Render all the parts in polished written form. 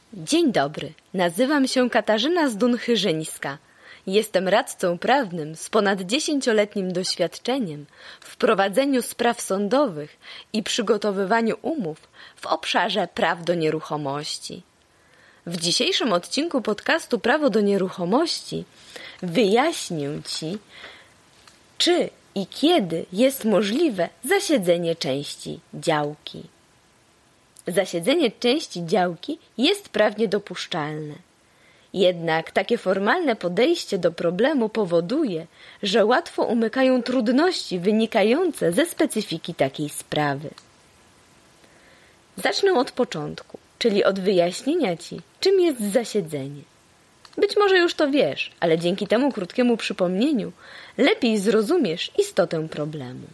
Dzień dobry, nazywam się Katarzyna Zdun-Chyrzyńska. Jestem radcą prawnym z ponad 10-letnim doświadczeniem w prowadzeniu spraw sądowych i przygotowywaniu umów w obszarze praw do nieruchomości. W dzisiejszym odcinku podcastu Prawo do nieruchomości wyjaśnię Ci, czy i kiedy jest możliwe zasiedzenie części działki. Zasiedzenie części działki jest prawnie dopuszczalne. Jednak takie formalne podejście do problemu powoduje, że łatwo umykają trudności wynikające ze specyfiki takiej sprawy. Zacznę od początku, czyli od wyjaśnienia Ci, czym jest zasiedzenie. Być może już to wiesz, ale dzięki temu krótkiemu przypomnieniu lepiej zrozumiesz istotę problemu.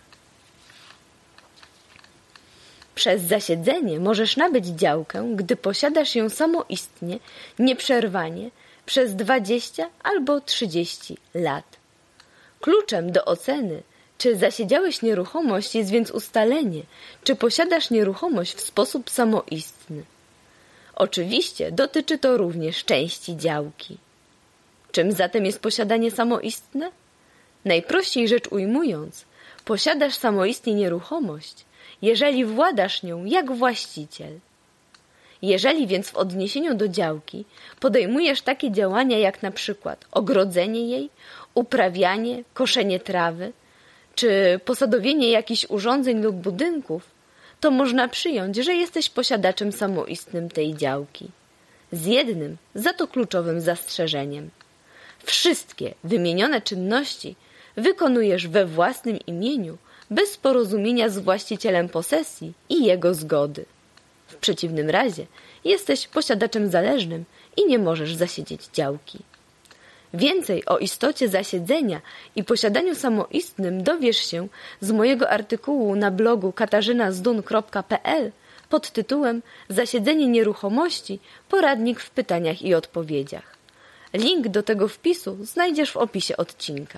Przez zasiedzenie możesz nabyć działkę, gdy posiadasz ją samoistnie, nieprzerwanie przez 20 albo 30 lat. Kluczem do oceny, czy zasiedziałeś nieruchomość, jest więc ustalenie, czy posiadasz nieruchomość w sposób samoistny. Oczywiście dotyczy to również części działki. Czym zatem jest posiadanie samoistne? Najprościej rzecz ujmując, posiadasz samoistnie nieruchomość, jeżeli władasz nią jak właściciel. Jeżeli więc w odniesieniu do działki podejmujesz takie działania jak na przykład ogrodzenie jej, uprawianie, koszenie trawy, czy posadowienie jakichś urządzeń lub budynków, to można przyjąć, że jesteś posiadaczem samoistnym tej działki. Z jednym, za to kluczowym zastrzeżeniem. Wszystkie wymienione czynności wykonujesz we własnym imieniu, bez porozumienia z właścicielem posesji i jego zgody. W przeciwnym razie jesteś posiadaczem zależnym i nie możesz zasiedzieć działki. Więcej o istocie zasiedzenia i posiadaniu samoistnym dowiesz się z mojego artykułu na blogu katarzynazdun.pl pod tytułem Zasiedzenie nieruchomości – poradnik w pytaniach i odpowiedziach. Link do tego wpisu znajdziesz w opisie odcinka.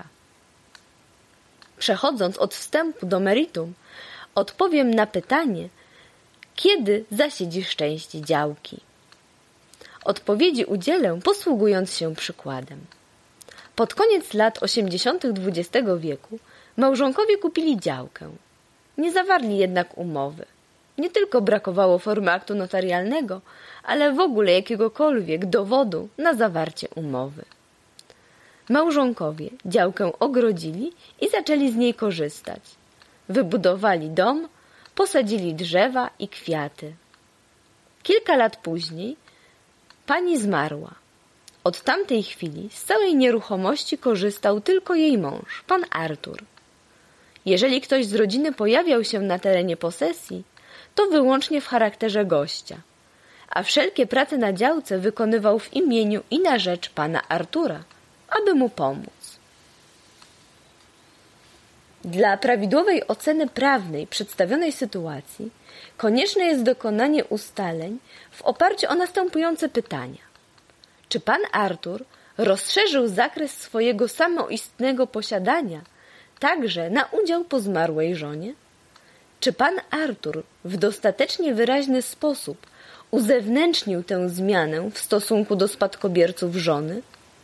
Przechodząc od wstępu do meritum, odpowiem na pytanie, kiedy zasiedzisz części działki. Odpowiedzi udzielę, posługując się przykładem. Pod koniec lat 80. XX wieku małżonkowie kupili działkę. Nie zawarli jednak umowy. Nie tylko brakowało formy aktu notarialnego, ale w ogóle jakiegokolwiek dowodu na zawarcie umowy. Małżonkowie działkę ogrodzili i zaczęli z niej korzystać. Wybudowali dom, posadzili drzewa i kwiaty. Kilka lat później pani zmarła. Od tamtej chwili z całej nieruchomości korzystał tylko jej mąż, pan Artur. Jeżeli ktoś z rodziny pojawiał się na terenie posesji, to wyłącznie w charakterze gościa, a wszelkie prace na działce wykonywał w imieniu i na rzecz pana Artura, aby mu pomóc. Dla prawidłowej oceny prawnej przedstawionej sytuacji konieczne jest dokonanie ustaleń w oparciu o następujące pytania. Czy pan Artur rozszerzył zakres swojego samoistnego posiadania także na udział po zmarłej żonie? Czy pan Artur w dostatecznie wyraźny sposób uzewnętrznił tę zmianę w stosunku do spadkobierców żony,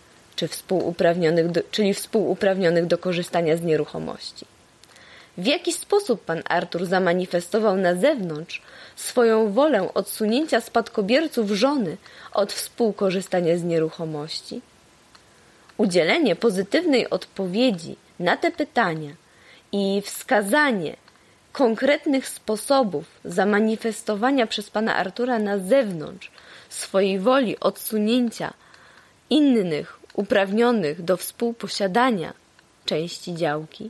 czyli współuprawnionych do korzystania z nieruchomości? W jaki sposób pan Artur zamanifestował na zewnątrz swoją wolę odsunięcia spadkobierców żony od współkorzystania z nieruchomości? Udzielenie pozytywnej odpowiedzi na te pytania i wskazanie konkretnych sposobów zamanifestowania przez pana Artura na zewnątrz swojej woli odsunięcia innych uprawnionych do współposiadania części działki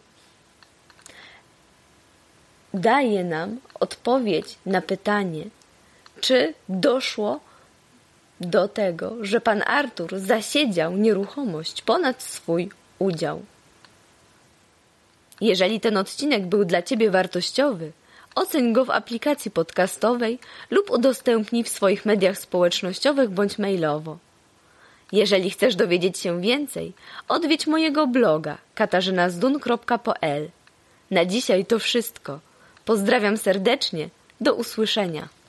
daje nam odpowiedź na pytanie, czy doszło do tego, że pan Artur zasiedział nieruchomość ponad swój udział. Jeżeli ten odcinek był dla Ciebie wartościowy, oceń go w aplikacji podcastowej lub udostępnij w swoich mediach społecznościowych bądź mailowo. Jeżeli chcesz dowiedzieć się więcej, odwiedź mojego bloga katarzynazdun.pl. Na dzisiaj to wszystko. Pozdrawiam serdecznie. Do usłyszenia.